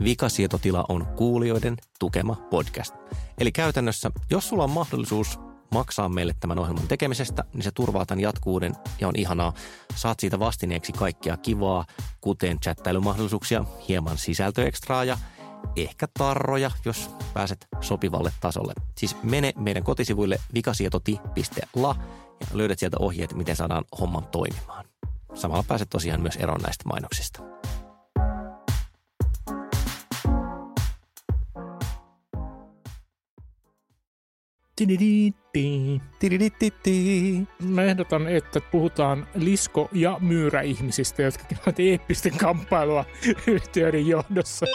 Vikasietotila on kuulijoiden tukema podcast. Eli käytännössä, jos sulla on mahdollisuus maksaa meille tämän ohjelman tekemisestä, niin se turvaa tämän jatkuuden ja on ihanaa. Saat siitä vastineeksi kaikkea kivaa, kuten chattailumahdollisuuksia, hieman sisältöekstraa ja ehkä tarroja, jos pääset sopivalle tasolle. Siis mene meidän kotisivuille vikasietoti.la ja löydät sieltä ohjeet, miten saadaan homman toimimaan. Samalla pääset tosiaan myös eroon näistä mainoksista. Mä ehdotan, että puhutaan lisko- ja myyräihmisistä, jotka käyvät eeppistä kamppailua yhtiöiden johdossa.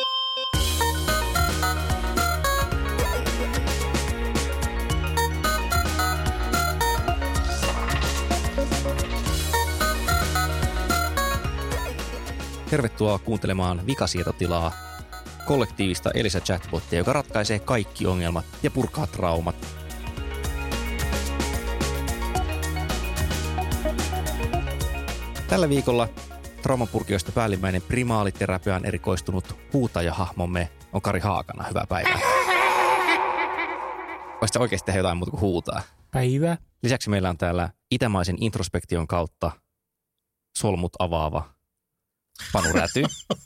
Tervetuloa kuuntelemaan Vikasietotilaa, kollektiivista Elisa chatbottia, joka ratkaisee kaikki ongelmat ja purkaa traumat. Tällä viikolla traumapurkijoista päällimmäinen primaaliterapiaan erikoistunut huutajahahmomme on Kari Haakana. Hyvää päivää. Voisitko oikeasti tehdä jotain muuta kuin huutaa? Päivää. Lisäksi meillä on täällä itämaisen introspektion kautta solmut avaava Panu Räty.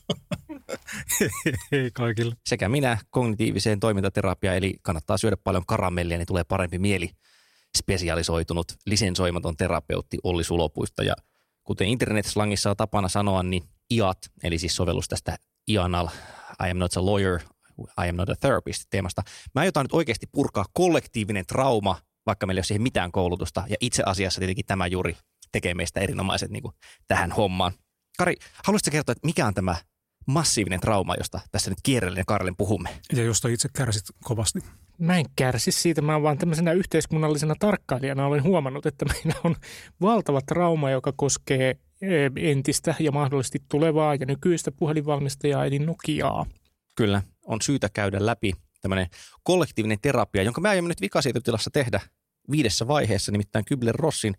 Hei kaikille. Sekä minä kognitiiviseen toimintaterapiaan, eli kannattaa syödä paljon karamellia, niin tulee parempi mieli. Spesialisoitunut, lisensoimaton terapeutti Olli Sulopuista. Ja kuten internet-slangissa on tapana sanoa, niin IAT, eli siis sovellus tästä IANAL, I am not a lawyer, I am not a therapist teemasta. Mä aiotaan nyt oikeasti purkaa kollektiivinen trauma, vaikka meillä ei ole siihen mitään koulutusta. Ja itse asiassa tietenkin tämä juuri tekee meistä erinomaiset niin kuin tähän hommaan. Kari, haluaisitko kertoa, että mikä on tämä massiivinen trauma, josta tässä nyt kierrellen ja kaarellen puhumme? Ja josta itse kärsit kovasti. Mä en kärsi siitä, mä vaan tämmöisenä yhteiskunnallisena tarkkailijana olen huomannut, että meillä on valtava trauma, joka koskee entistä ja mahdollisesti tulevaa ja nykyistä puhelinvalmistajaa, eli Nokiaa. Kyllä, on syytä käydä läpi tämmöinen kollektiivinen terapia, jonka me aiomme nyt Vikasietotilassa tehdä 5 vaiheessa, nimittäin Kübler-Rossin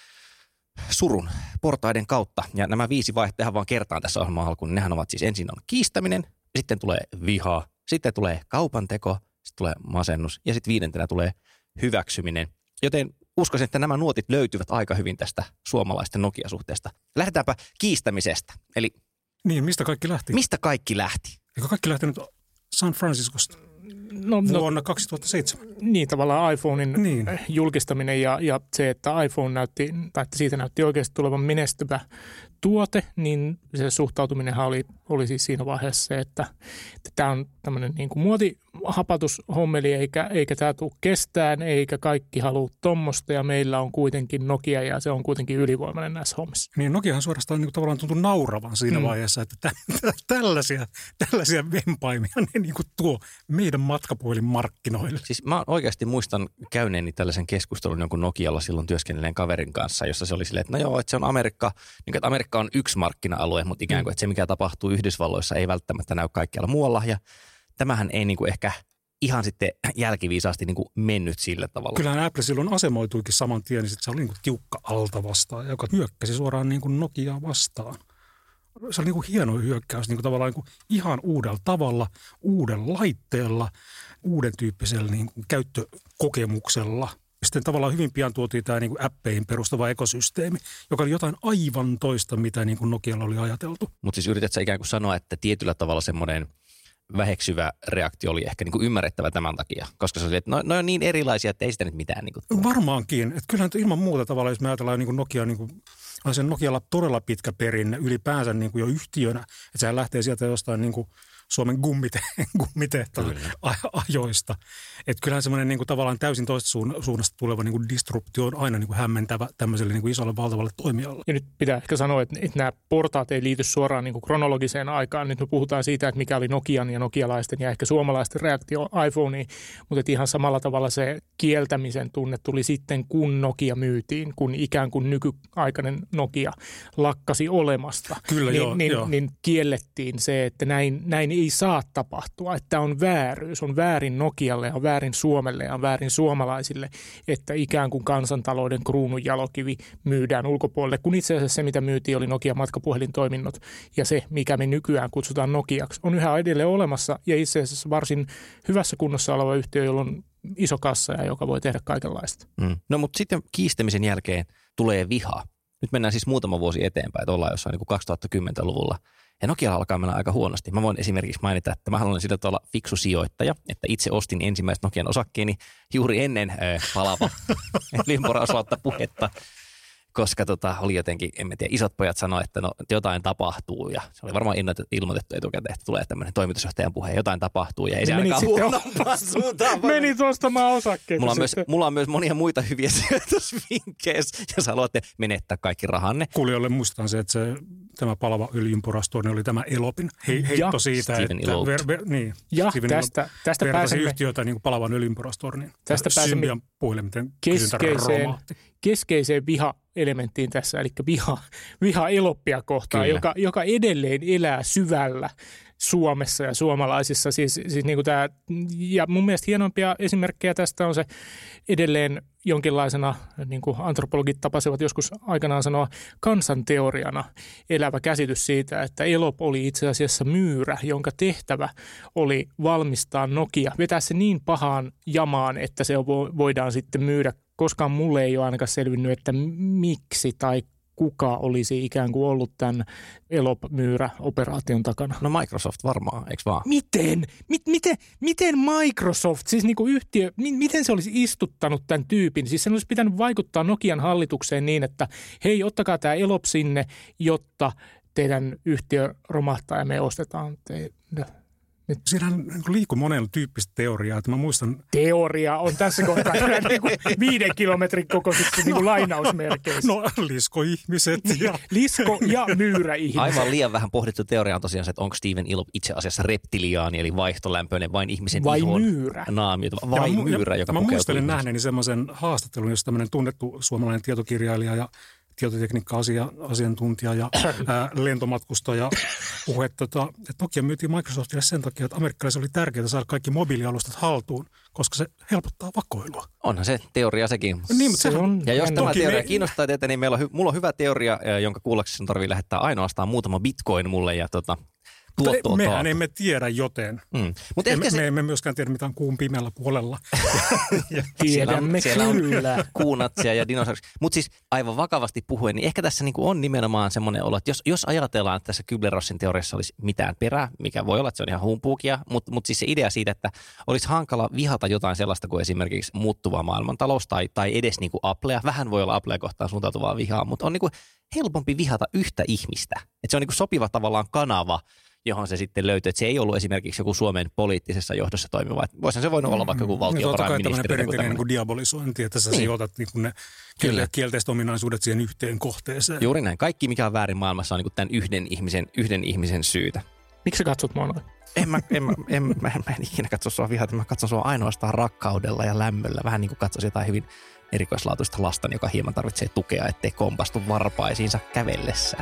surun portaiden kautta. Ja nämä 5 vaihetta tehdään vaan kertaan tässä ohjelman alkuun. Nehän ovat siis ensin on kiistäminen, sitten tulee viha, sitten tulee kaupanteko, sitten tulee masennus ja sitten 5. tulee hyväksyminen. Joten uskoisin, että nämä nuotit löytyvät aika hyvin tästä suomalaisten Nokia-suhteesta. Lähdetäänpä kiistämisestä. Eli niin, mistä kaikki lähti? Mistä kaikki lähti? Eikö kaikki lähtenyt San Franciscosta? Vuonna 2007. Niin, tavallaan iPhonein julkistaminen ja se, että iPhone näytti, tai että siitä näytti oikeasti tulevan menestyvä tuote, niin se suhtautuminenhan oli siis siinä vaiheessa se, että tämä on tämmöinen niin kuin muotihapatushommeli, eikä tämä tule kestään, eikä kaikki halua tommosta, ja meillä on kuitenkin Nokia, ja se on kuitenkin ylivoimainen näissä hommissa. Niin, Nokiahan suorastaan niin tavallaan tuntui nauravan siinä vaiheessa, että tällaisia vempaimia ne niin kuin tuo meidän matkapuhelinmarkkinoille. Siis mä oikeasti muistan käyneeni tällaisen keskustelun jonkun Nokialla silloin työskennelleen kaverin kanssa, jossa se oli silleen, että no joo, että se on Amerikka, niin että Amerikka on yksi markkina-alue, mutta ikään kuin, että se mikä tapahtuu Yhdysvalloissa ei välttämättä näy kaikkialla muualla, ja tämähän ei niin kuin ehkä ihan sitten jälkiviisaasti niin kuin mennyt sillä tavalla. Kyllähän Apple silloin asemoituikin saman tien, niin se oli niin kuin tiukka alta vastaan, joka hyökkäsi suoraan niin kuin Nokiaa vastaan. Se oli niin kuin hieno hyökkäys niin kuin tavallaan niin kuin ihan uudella tavalla, uuden laitteella, uuden tyyppisellä niin kuin käyttökokemuksella. Sitten tavallaan hyvin pian tuotiin tämä niin kuin appeihin perustuva ekosysteemi, joka oli jotain aivan toista, mitä niin kuin Nokialla oli ajateltu. Mutta siis yrität sä ikään kuin sanoa, että tietyllä tavalla semmoinen väheksyvä reaktio oli ehkä niin kuin ymmärrettävä tämän takia, koska se oli, että no on niin erilaisia, että ei sitä nyt mitään. Niin kuin varmaankin. Että kyllähän ilman muuta tavalla, jos me ajatellaan niin kuin Nokia, niin kuin, on sen Nokialla todella pitkä perinne ylipäänsä niin kuin jo yhtiönä, että sehän lähtee sieltä jostain niin kuin Suomen gummitehtaan ajoista. Että kyllähän semmoinen niin kuin tavallaan täysin toisesta suunnasta tuleva niin kuin disruptio on aina niin kuin hämmentävä tämmöiselle niin kuin isolle valtavalle toimijalle. Ja nyt pitää ehkä sanoa, että nämä portaat ei liity suoraan niin kuin kronologiseen aikaan. Nyt me puhutaan siitä, että mikä oli Nokian ja nokialaisten ja ehkä suomalaisten reaktio iPhoneen, mutta ihan samalla tavalla se kieltämisen tunne tuli sitten, kun Nokia myytiin, kun ikään kuin nykyaikainen Nokia lakkasi olemasta. Kyllä, niin kiellettiin se, että näin ei saa tapahtua, että on vääryys, on väärin Nokialle, on väärin Suomelle ja on väärin suomalaisille, että ikään kuin kansantalouden kruunun jalokivi myydään ulkopuolelle, kun itse asiassa se, mitä myytiin, oli Nokian matkapuhelintoiminnot ja se, mikä me nykyään kutsutaan Nokiaksi, on yhä edelleen olemassa ja itse asiassa varsin hyvässä kunnossa oleva yhtiö, jolla on iso kassa ja joka voi tehdä kaikenlaista. No mutta sitten kiistämisen jälkeen tulee viha. Nyt mennään siis muutama vuosi eteenpäin, että ollaan jossain niin kuin 2010-luvulla. Ja Nokialla alkaa mennä aika huonosti. Mä voin esimerkiksi mainita, että mä haluan sillä olla fiksu sijoittaja, että itse ostin ensimmäiset Nokian osakkeeni juuri ennen Palava Öljynporausvalta puhetta, koska oli jotenkin, en tiedä, isot pojat sanoivat, että no jotain tapahtuu ja se oli varmaan ilmoitettu etukäteen, että tulee tämmöinen toimitusjohtajan puhe, jotain tapahtuu ja ei se ainakaan huonompaa suuntaan. Meni ostamaan osakkeita. Mulla on myös monia muita hyviä sijoitusvinkkejä, jos haluatte menettää kaikki rahanne. Kuulijoille muistan se, että tämä Palava Öljynporaustorni oli tämä Elopin heitto siitä, Steven että tästä vertasi yhtiötä niin kuin Palavan Öljynporaustorniin. Tästä pääsemme keskeiseen viha-elementtiin tässä, eli viha Eloppia kohtaan, joka edelleen elää syvällä Suomessa ja suomalaisissa. Siis niin kuin tämä, ja mun mielestä hienompia esimerkkejä tästä on se edelleen jonkinlaisena, niin kuin antropologit tapasivat joskus aikanaan sanoa, kansanteoriana elävä käsitys siitä, että Elop oli itse asiassa myyrä, jonka tehtävä oli valmistaa Nokia, vetää se niin pahaan jamaan, että se voidaan sitten myydä. Koskaan mulle ei ole ainakaan selvinnyt, että miksi tai kuka olisi ikään kuin ollut tämän Elop-myyrä-operaation takana. No Microsoft varmaan, eikö vaan? Miten Microsoft, siis niin kuin yhtiö, miten se olisi istuttanut tämän tyypin? Siis sen olisi pitänyt vaikuttaa Nokian hallitukseen niin, että hei, ottakaa tämä Elop sinne, jotta teidän yhtiö romahtaa ja me ostetaan teidän. Siinähän liikkuu monella tyyppistä teoriaa, että mä muistan. Teoria on tässä kohtaa niin kuin 5 kilometrin kokoisiksi niin kuin lainausmerkeissä. No liskoihmiset. Lisko ja myyräihmiset. Aivan liian vähän pohdittu teoria on tosiaan se, että onko Steven Elop itse asiassa reptiliaani, eli vaihtolämpöinen vain ihmisen ihon naamioita. Vai myyrä, joka mä muistelen nähneeni semmoisen haastattelun, jossa tämmöinen tunnettu suomalainen tietokirjailija ja tietotekniikka-asiantuntija ja lentomatkustaja puhui, että Nokia myytiin Microsoftille sen takia, että amerikkalaisille oli tärkeää saada kaikki mobiilialustat haltuun, koska se helpottaa vakoilua. Onhan se teoria sekin. Niin, mutta se on. Ja jos tämä teoria kiinnostaa teitä, niin mulla on hyvä teoria, jonka kuullaksesi tarvitsee lähettää ainoastaan muutama bitcoin mulle ja mehän emme tiedä, joten me emme myöskään tiedä, mitä on kuun pimeällä puolella. Tiedämme kyllä. On kuunatsia ja dinosauruksia. Mutta siis aivan vakavasti puhuen, niin ehkä tässä niinku on nimenomaan semmoinen olo, että jos ajatellaan, että tässä Kübler-Rossin teoriassa olisi mitään perää, mikä voi olla, että se on ihan humpuukia, mutta siis se idea siitä, että olisi hankala vihata jotain sellaista kuin esimerkiksi muuttuva maailmantalous tai edes niinku Applea. Vähän voi olla Applea kohtaan suuntautuvaa vihaa, mutta on niinku helpompi vihata yhtä ihmistä. Että se on niinku sopiva tavallaan kanava, johon se sitten löytyy. Että se ei ollut esimerkiksi joku Suomen poliittisessa johdossa toimiva. Voisihan se voinut olla vaikka joku valtiovarainministeri. Totta kai tämmöinen perinteinen niin diabolisointi, että sä sijoitat niin ne kielteiset ominaisuudet siihen yhteen kohteeseen. Juuri näin. Kaikki, mikä on väärin maailmassa, on niin tämän yhden ihmisen syytä. Miksi sä katsot mua noin? Mä en ikinä katso sua vihata. Mä katson sua ainoastaan rakkaudella ja lämmöllä. Vähän niin kuin katsoisi jotain hyvin erikoislaatuista lasta, joka hieman tarvitsee tukea, ettei kompastu varpaisiinsa kävellessään.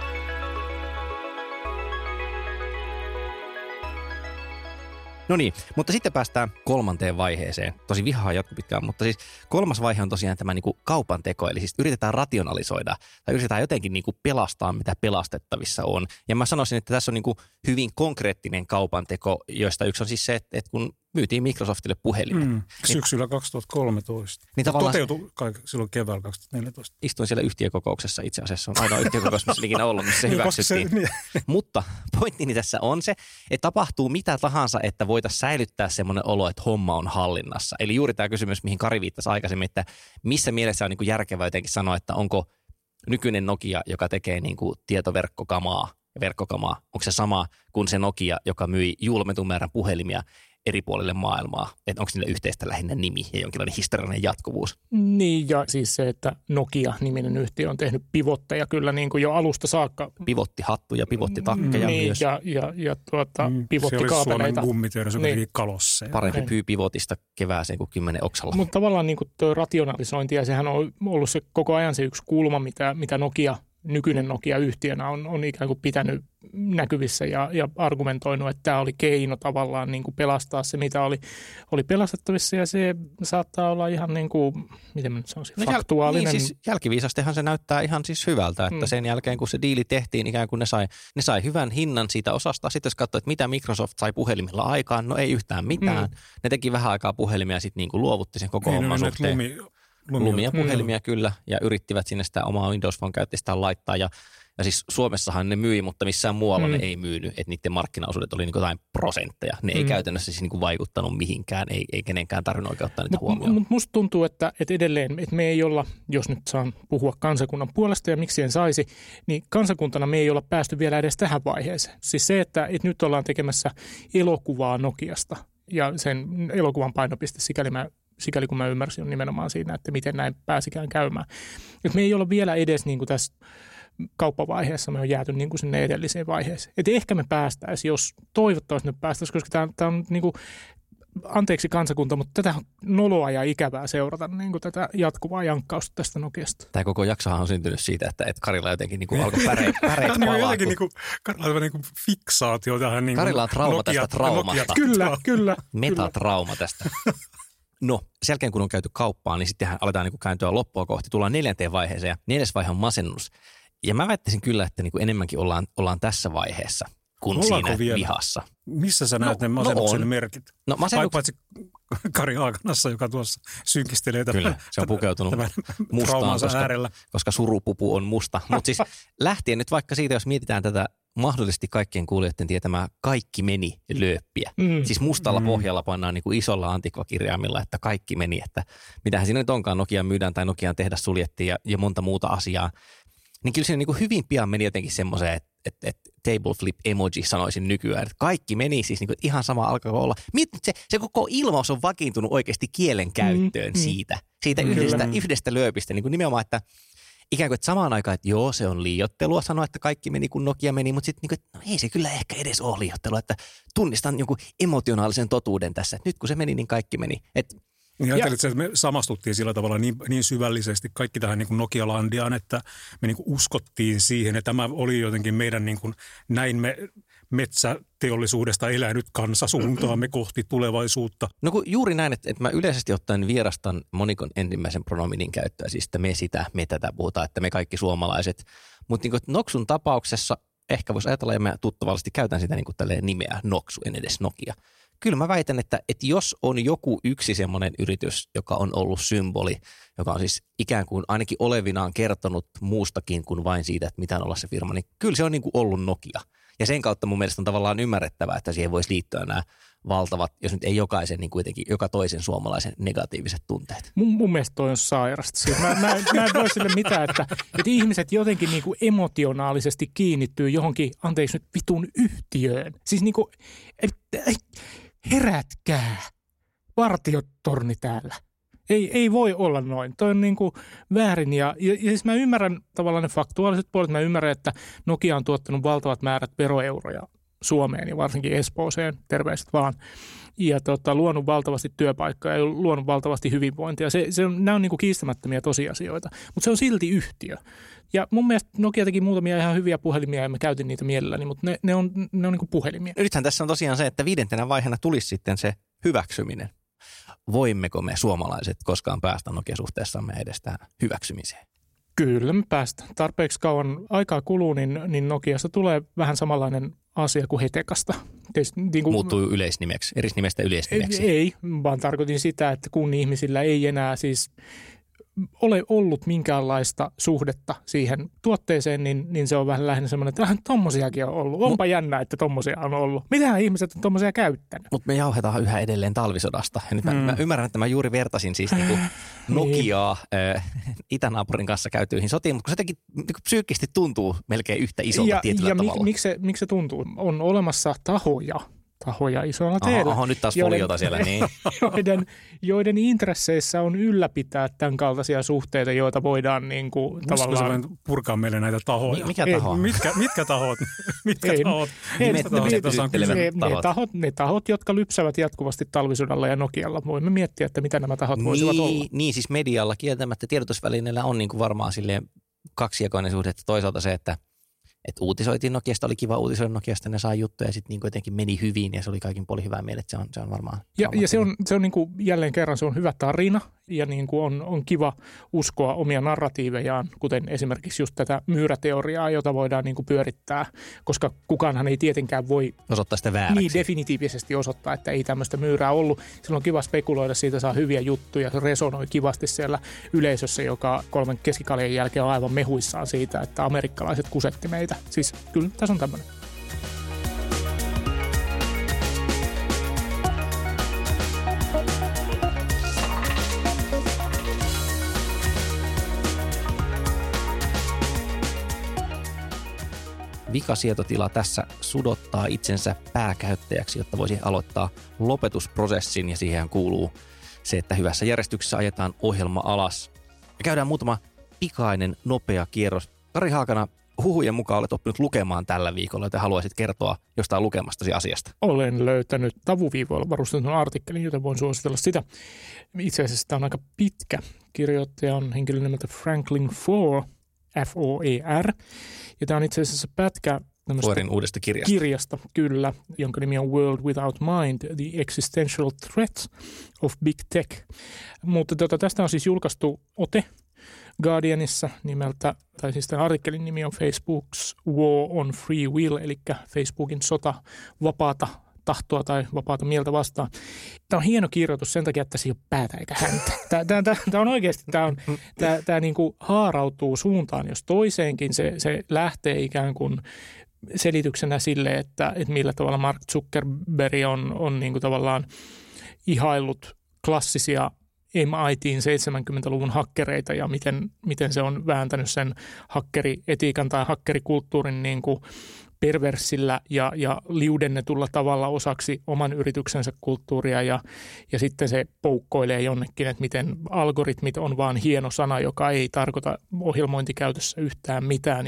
No niin, mutta sitten päästään kolmanteen vaiheeseen. Tosi vihaa jatkuu pitkään, mutta siis kolmas vaihe on tosiaan tämä niinku kaupan teko. Eli siis yritetään rationalisoida tai yritetään jotenkin niinku pelastaa, mitä pelastettavissa on. Ja mä sanoisin, että tässä on niinku hyvin konkreettinen kaupan teko, joista yksi on siis se, että kun myytiin Microsoftille puhelimet. Syksyllä 2013. Niin toteutui silloin keväällä 2014. Istuin siellä yhtiökokouksessa itse asiassa. On ainoa yhtiökokous, missä ikinä ollut, missä se hyväksyttiin. Mutta pointtini tässä on se, että tapahtuu mitä tahansa, että voitaisiin säilyttää semmoinen olo, että homma on hallinnassa. Eli juuri tämä kysymys, mihin Kari viittasi aikaisemmin, että missä mielessä on niin kuin järkevää jotenkin sanoa, että onko nykyinen Nokia, joka tekee niin kuin tietoverkkokamaa, onko se sama kuin se Nokia, joka myi julmetun määrän puhelimia eri puolille maailmaa, että onko niillä yhteistä lähinnä nimi ja jonkinlainen historiallinen jatkuvuus. Niin, ja siis se, että Nokia-niminen yhtiö on tehnyt pivotteja kyllä niin kuin jo alusta saakka. Pivottihattuja, pivottitakkeja niin, myös. Ja pivottikaapeleita. Se oli Suomen gummitehdas, joka teki kalosseja. Parempi pyy pivotista kevääseen kuin 10 oksalla. Mutta tavallaan niin kuin tuo rationalisointi, ja sehän on ollut se koko ajan se yksi kulma, mitä Nokia nykyinen Nokia yhtiönä on ikään kuin pitänyt näkyvissä ja argumentoinut, että tämä oli keino tavallaan niin kuin pelastaa se, mitä oli pelastettavissa, ja se saattaa olla ihan niin kuin, miten mä nyt sanoisin, faktuaalinen. Niin siis jälkiviisastihan se näyttää ihan siis hyvältä, että sen jälkeen kun se diili tehtiin, ikään kuin ne sai hyvän hinnan siitä osasta. Sitten jos katsoi, että mitä Microsoft sai puhelimilla aikaan, no ei yhtään mitään. Ne teki vähän aikaa puhelimia ja sitten niin kuin luovutti sen koko homman suhteen. Lumia puhelimia kyllä, ja yrittivät sinne sitä omaa Windows Phone käyttäjistään laittaa, ja siis Suomessahan ne myi, mutta missään muualla ne ei myynyt, että niiden markkinaosuudet oli niin jotain prosentteja. Ne ei käytännössä siis niin vaikuttanut mihinkään, ei kenenkään tarvinnut oikein ottaa niitä huomioon. Mutta musta tuntuu, että edelleen, että me ei olla, jos nyt saan puhua kansakunnan puolesta ja miksi en saisi, niin kansakuntana me ei olla päästy vielä edes tähän vaiheeseen. Siis se, että nyt ollaan tekemässä elokuvaa Nokiasta, ja sen elokuvan painopiste sikäli kun mä ymmärsin, on nimenomaan siinä, että miten näin pääsikään käymään. Et me ei olla vielä edes niin kuin tässä kauppavaiheessa, me on jääty niin kuin sinne edelliseen vaiheeseen. Et ehkä me päästäisiin, jos toivottavasti me päästäisiin, koska tämä on niin kuin, anteeksi kansakunta, mutta tätä on noloa ja ikävää seurata niin kuin tätä jatkuvaa jankkausta tästä Nokiasta. Tämä koko jaksohan on syntynyt siitä, että Karilla jotenkin niin kuin alkoi päreet palaa. Jotenkin Karilla niin kuin fiksaatio tähän niin kuin Karilla on trauma tästä traumasta. Kyllä. Metatrauma tästä. No, sen jälkeen kun on käyty kauppaan, niin sittenhän aletaan niin kuin kääntyä loppua kohti. Tullaan 4. vaiheeseen, ja 4. vaihe on masennus. Ja mä väittäisin kyllä, että niin kuin enemmänkin ollaan tässä vaiheessa kuin siinä vihassa. Missä sä näet ne masennuksen merkit? No Paitsi Kari Haakanassa, joka tuossa synkistelee kyllä, se on pukeutunut mustaan, koska surupupu on musta. Mutta siis lähtien nyt vaikka siitä, jos mietitään tätä mahdollisesti kaikkien kuulijoiden tietämää kaikki meni -lööppiä. Siis mustalla pohjalla pannaan niin kuin isolla antikvakirjaimilla, että kaikki meni, että mitähän siinä nyt onkaan, Nokian myydään tai Nokian tehdas suljettiin ja monta muuta asiaa. Niin kyllä siinä niin kuin hyvin pian meni jotenkin semmoiseen, että table flip emoji sanoisin nykyään, että kaikki meni siis niin kuin ihan sama alkaa olla. Se koko ilmaus on vakiintunut oikeasti kielen käyttöön siitä yhdestä lööpistä, niin kuin nimenomaan, että ikään kuin että samaan aikaan, että joo, se on liioittelua sanoa, että kaikki meni kun Nokia meni, mutta sitten niin no ei se kyllä ehkä edes ole liioittelua, että tunnistan jonkun emotionaalisen totuuden tässä, että nyt kun se meni, niin kaikki meni. Niin ajattelit, että me samastuttiin sillä tavalla niin syvällisesti kaikki tähän niin kuin Nokia-landiaan, että me niin kuin uskottiin siihen, ja tämä oli jotenkin meidän niin kuin, näin me metsäteollisuudesta elänyt kansa suuntaamme kohti tulevaisuutta. No kun juuri näin, että mä yleisesti ottaen vierastan monikon ensimmäisen pronominin käyttöä, siis että me tätä puhutaan, että me kaikki suomalaiset. Mutta niin Noksun tapauksessa ehkä voisi ajatella, ja mä tuttavallisesti käytän sitä niin kuin tälleen nimeä Noksu, en edes Nokia. Kyllä mä väitän, että jos on joku yksi semmoinen yritys, joka on ollut symboli, joka on siis ikään kuin ainakin olevinaan kertonut muustakin kuin vain siitä, että mitä on olla se firma, niin kyllä se on niin kuin ollut Nokia. Ja sen kautta mun mielestä on tavallaan ymmärrettävää, että siihen voisi liittyä nämä valtavat, jos nyt ei jokaisen, niin kuitenkin joka toisen suomalaisen negatiiviset tunteet. Mun mielestä toi on sairasta. Siis mä en voi sille mitään, että ihmiset jotenkin niin kuin emotionaalisesti kiinnittyy johonkin, anteeksi nyt, vitun yhtiöön. Siis niin kuin, herätkää, vartiotorni täällä. Ei voi olla noin. Toi on niin kuin väärin ja siis mä ymmärrän tavallaan ne faktuaaliset puolet. Mä ymmärrän, että Nokia on tuottanut valtavat määrät veroeuroja Suomeen ja varsinkin Espooseen, terveiset vaan. Ja luonut valtavasti työpaikkoja ja luonut valtavasti hyvinvointia. Nämä on niin kuin kiistämättömiä tosiasioita, mutta se on silti yhtiö. Ja mun mielestä Nokia teki muutamia ihan hyviä puhelimia ja mä käytin niitä mielelläni, mutta ne on niin kuin puhelimia. Nythän tässä on tosiaan se, että 5. vaiheena tulisi sitten se hyväksyminen. Voimmeko me suomalaiset koskaan päästä Nokia-suhteessamme edes tähän hyväksymiseen? Kyllä me päästään. Tarpeeksi kauan aikaa kuluu, niin Nokiasta tulee vähän samanlainen asia kuin Hetekasta. Muuttuu yleisnimeksi, eri nimestä yleisnimeksi. Ei, vaan tarkoitin sitä, että kun ihmisillä ei enää siis ole ollut minkäänlaista suhdetta siihen tuotteeseen, niin se on vähän lähinnä semmoinen, että vähän tommosiakin on ollut. Onpa jännä, että tommosia on ollut. Mitähän ihmiset on tommosia käyttänyt? Mutta me jauhetaan yhä edelleen talvisodasta. Ja nyt mä ymmärrän, että mä juuri vertasin siis niinku Nokiaa itänaapurin kanssa käytyihin sotiin, mutta kun se jotenkin niinku psyykkisesti tuntuu melkein yhtä isolta tietyllä tavalla. Miksi se tuntuu? On olemassa tahoja isolla teellä. Oho, nyt taas foliota siellä, niin. joiden intresseissä on ylläpitää tämän kaltaisia suhteita, joita voidaan niin kuin tavallaan purkaa meille näitä tahoja. Mikä taho? Mitkä tahot? Ne tahot, jotka lypsävät jatkuvasti talvisodalla ja Nokialla. Voimme miettiä, että mitä nämä tahot voisivat olla. Niin, siis medialla kieltämättä tiedotusvälineillä on niin kuin varmaan silleen kaksijakoinen suhde, että toisaalta se, että uutisoitiin Nokiasta, oli kiva uutisoida Nokiasta, ne sai juttuja ja sitten niin jotenkin meni hyvin ja se oli kaikin puolin hyvää mieltä, että se on varmaan. Ja se on niin kuin, jälleen kerran se on hyvä tarina ja niin kuin on kiva uskoa omia narratiivejaan, kuten esimerkiksi just tätä myyräteoriaa, jota voidaan niin kuin pyörittää, koska kukaanhan ei tietenkään voi osoittaa sitä vääräksi. Niin definitiivisesti osoittaa, että ei tämmöistä myyrää ollut. Silloin on kiva spekuloida, siitä saa hyviä juttuja, se resonoi kivasti siellä yleisössä, joka 3 keskikaljan jälkeen on aivan mehuissaan siitä, että amerikkalaiset kusetti meitä. Siis kyllä tässä on tämmöinen. Vikasietotila tässä sudottaa itsensä pääkäyttäjäksi, jotta voisi aloittaa lopetusprosessin ja siihen kuuluu se, että hyvässä järjestyksessä ajetaan ohjelma alas. Ja käydään muutama pikainen, nopea kierros. Kari Haakana, huhujen mukaan olet oppinut lukemaan tällä viikolla, joten haluaisit kertoa jostain lukemastasi asiasta. Olen löytänyt tavuviivoilla varustetun artikkelin, joten voin suositella sitä. Itse asiassa tämä on aika pitkä. Kirjoittaja on henkilön nimeltä Franklin Foer, F-O-E-R. Ja tämä on itse asiassa pätkä Foerin uudesta kirjasta, kyllä, jonka nimi on World Without Mind, The Existential Threat of Big Tech. Mutta tästä on siis julkaistu ote Guardianissa nimeltä, tai siis tämän artikkelin nimi on Facebook's War on Free Will, eli Facebookin sota vapaata tahtoa tai vapaata mieltä vastaan. Tämä on hieno kirjoitus sen takia, että tässä ei ole päätä eikä häntä. Tämä on oikeasti, tämä niin kuin haarautuu suuntaan, jos toiseenkin se lähtee ikään kuin selityksenä sille, että millä tavalla Mark Zuckerberg on niin kuin tavallaan ihaillut klassisia MIT:n 70-luvun hakkereita ja miten se on vääntänyt sen hakkerietiikan tai hakkerikulttuurin niin kuin perversillä ja liudennetulla tavalla osaksi oman yrityksensä kulttuuria ja sitten se poukkoilee jonnekin, että miten algoritmit on vaan hieno sana, joka ei tarkoita ohjelmointikäytössä yhtään mitään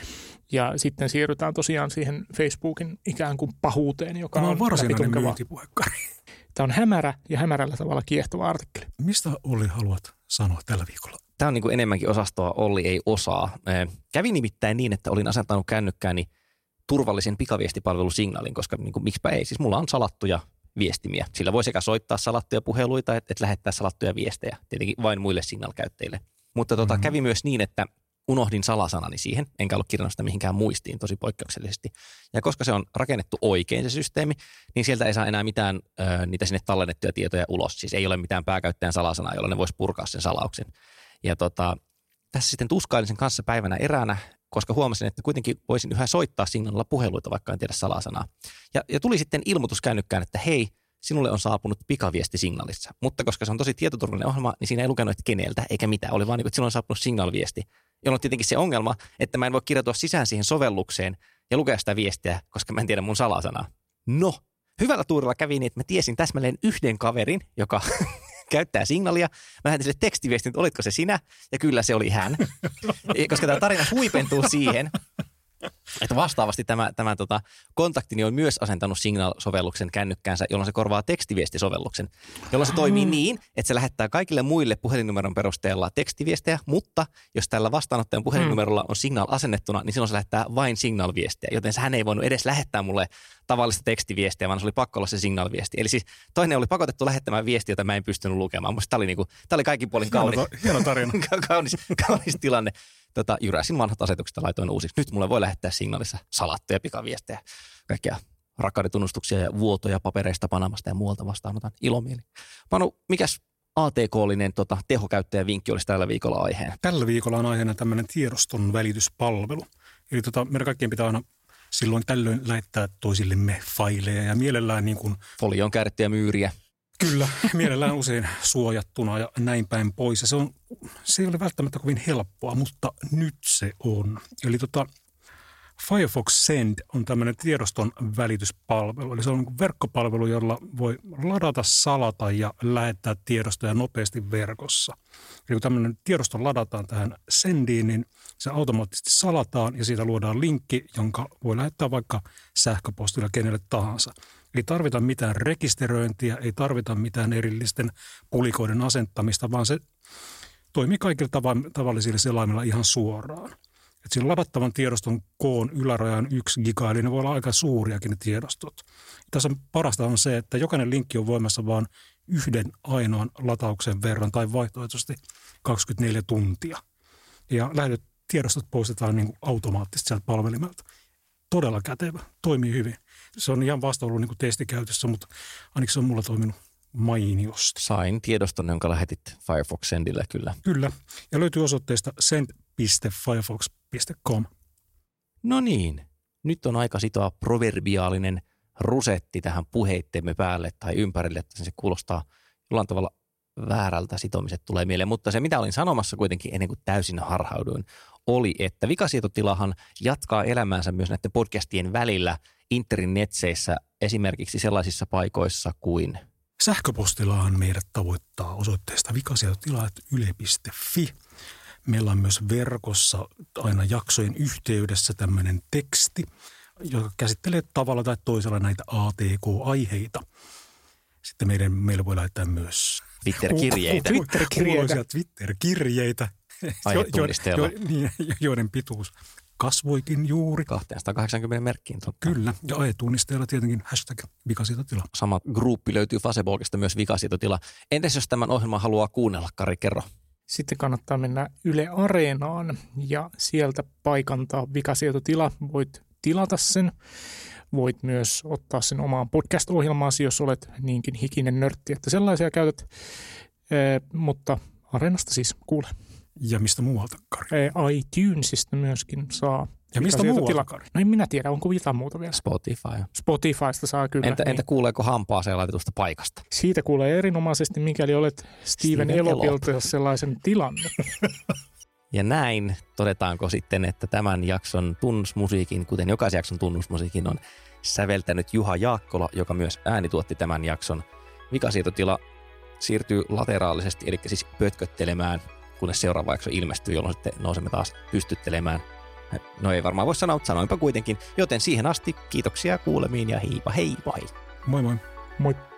ja sitten siirrytään tosiaan siihen Facebookin ikään kuin pahuuteen, joka on varsinainen myyntipuhe. Tämä on hämärä ja hämärällä tavalla kiehtova artikkeli. Mistä Olli haluat sanoa tällä viikolla? Tämä on niin kuin enemmänkin osastoa Olli ei osaa. Kävi nimittäin niin, että olin asettanut kännykkääni turvallisen pikaviestipalvelu Signalin, koska niin kuin, miksipä ei. Siis mulla on salattuja viestimiä. Sillä voi sekä soittaa salattuja puheluita, että lähettää salattuja viestejä. Tietenkin vain muille Signal-käyttäjille. Mutta kävi myös niin, että unohdin salasanani siihen, enkä ollut kirjannut sitä mihinkään muistiin tosi poikkeuksellisesti. Ja koska se on rakennettu oikein se systeemi, niin sieltä ei saa enää mitään niitä sinne tallennettuja tietoja ulos. Siis ei ole mitään pääkäyttäjän salasanaa, jolla ne voisi purkaa sen salauksen. Ja tässä sitten tuskailin sen kanssa päivänä eräänä, koska huomasin, että kuitenkin voisin yhä soittaa Signalilla puheluita, vaikka en tiedä salasanaa. Ja tuli sitten ilmoitus kännykkään, että hei, sinulle on saapunut pikaviesti Signalissa. Mutta koska se on tosi tietoturvallinen ohjelma, niin siinä ei lukenut, että keneltä eikä mitään. Oli vaan niin kuin, että sinulle on saapunut Signal-viesti. Jolloin on tietenkin se ongelma, että mä en voi kirjautua sisään siihen sovellukseen ja lukea sitä viestiä, koska mä en tiedä mun salasanaa. No, hyvällä tuurilla kävi niin, että mä tiesin täsmälleen yhden kaverin, joka käyttää Signalia. Mä lähetin sille tekstiviestin, että olitko se sinä? Ja kyllä se oli hän. Koska tämä tarina huipentuu siihen, että vastaavasti tämä kontaktini on myös asentanut Signal-sovelluksen kännykkäänsä, jolloin se korvaa tekstiviestisovelluksen, jolloin se toimii niin, että se lähettää kaikille muille puhelinnumeron perusteella tekstiviestejä, mutta jos tällä vastaanottajan puhelinnumerolla on Signal asennettuna, niin silloin se lähettää vain Signal-viestejä, joten hän ei voinut edes lähettää mulle tavallista tekstiviestiä, vaan se oli pakko olla se Signal-viesti. Eli siis toinen oli pakotettu lähettämään viestiä, jota mä en pystynyt lukemaan. Musta tämä oli kaikin puolin hieno tarina. kaunis tilanne. Jyräsin vanhat asetukset ja laitoin uusiksi. Nyt mulle voi lähettää Signalissa salattuja pikaviestejä, kaikkia rakkaudentunnustuksia ja vuotoja papereista Panamasta ja muualta vastaanotan ilomieli. Panu, mikäs ATK-linen tehokäyttäjävinkki olisi tällä viikolla aiheena? Tällä viikolla on aiheena tämmöinen tiedoston välityspalvelu. Eli meidän kaikkien pitää aina silloin tällöin lähettää toisillemme faileja ja mielellään niin kuin folioon käärittyjä myyriä. Kyllä, mielellään usein suojattuna ja näin päin pois. Ja se ei ole välttämättä kovin helppoa, mutta nyt se on. Eli Firefox Send on tämmöinen tiedoston välityspalvelu. Eli se on verkkopalvelu, jolla voi ladata, salata ja lähettää tiedostoja nopeasti verkossa. Eli kun tämmöinen tiedosto ladataan tähän Sendiin, niin se automaattisesti salataan ja siitä luodaan linkki, jonka voi lähettää vaikka sähköpostilla kenelle tahansa. Ei tarvita mitään rekisteröintiä, ei tarvita mitään erillisten pulikoiden asentamista, vaan se toimii kaikilla tavallisilla selaimilla ihan suoraan. Et siinä ladattavan tiedoston koon yläraja on 1 giga, eli ne voi olla aika suuriakin ne tiedostot. Tässä on parasta on se, että jokainen linkki on voimassa vain yhden ainoan latauksen verran tai vaihtoehtoisesti 24 tuntia. Ja lähetetyt tiedostot poistetaan niin kuin automaattisesti sieltä palvelimelta. Todella kätevä, toimii hyvin. Se on ihan vasta ollut niin kuin testikäytössä, mutta ainakin se on mulla toiminut mainiosti. Sain tiedoston, jonka lähetit Firefox Sendille kyllä. Kyllä, ja löytyy osoitteesta send.firefox.com. No niin, nyt on aika sitoa proverbiaalinen rusetti tähän puheittemme päälle tai ympärille, että se kuulostaa jollain tavalla väärältä, sitomiset tulee mieleen. Mutta se, mitä olin sanomassa kuitenkin ennen kuin täysin harhauduin, oli, että vikasietotilahan jatkaa elämäänsä myös näiden podcastien välillä internetseissä, esimerkiksi sellaisissa paikoissa kuin sähköpostillahan meidät tavoittaa osoitteesta vikasietotila@yle.fi. Meillä on myös verkossa aina jaksojen yhteydessä tämmöinen teksti, joka käsittelee tavalla tai toisella näitä ATK-aiheita. Sitten meille voi laittaa myös Twitter-kirjeitä. Twitter-kirjeitä, joiden pituus kasvoikin juuri. 280 merkkiin. Totta. Kyllä, ja aihetunnisteella tietenkin #vikasietotila. Sama gruppi löytyy Facebookista myös vikasietotila. Entäs jos tämän ohjelman haluaa kuunnella, Kari, kerro? Sitten kannattaa mennä Yle Areenaan ja sieltä paikantaa vikasietotila. Voit tilata sen. Voit myös ottaa sen omaan podcast-ohjelmaasi, jos olet niinkin hikinen nörtti, että sellaisia käytät. Mutta Areenasta siis kuule. Ja mistä muualta, Kari? iTunesista myöskin saa. Ja mistä muualta, Kari? No en minä tiedä, onko jotain muuta vielä? Spotifysta saa kyllä. Entä kuuleeko hampaaseen laitetusta paikasta? Siitä kuulee erinomaisesti, mikäli olet Steven Elopilta sellaisen tilannut. Ja näin todetaanko sitten, että tämän jakson tunnusmusiikin, kuten jokaisen jakson tunnusmusiikin, on säveltänyt Juha Jaakkola, joka myös äänituotti tämän jakson. Vikasietotila siirtyy lateraalisesti, eli siis pötköttelemään, kunnes seuraava jakso ilmestyy, jolloin sitten nousemme taas pystyttelemään. No ei varmaan voi sanoa, mutta sanoinpa kuitenkin. Joten siihen asti kiitoksia kuulemiin ja heippa hei. Moi moi. Moi.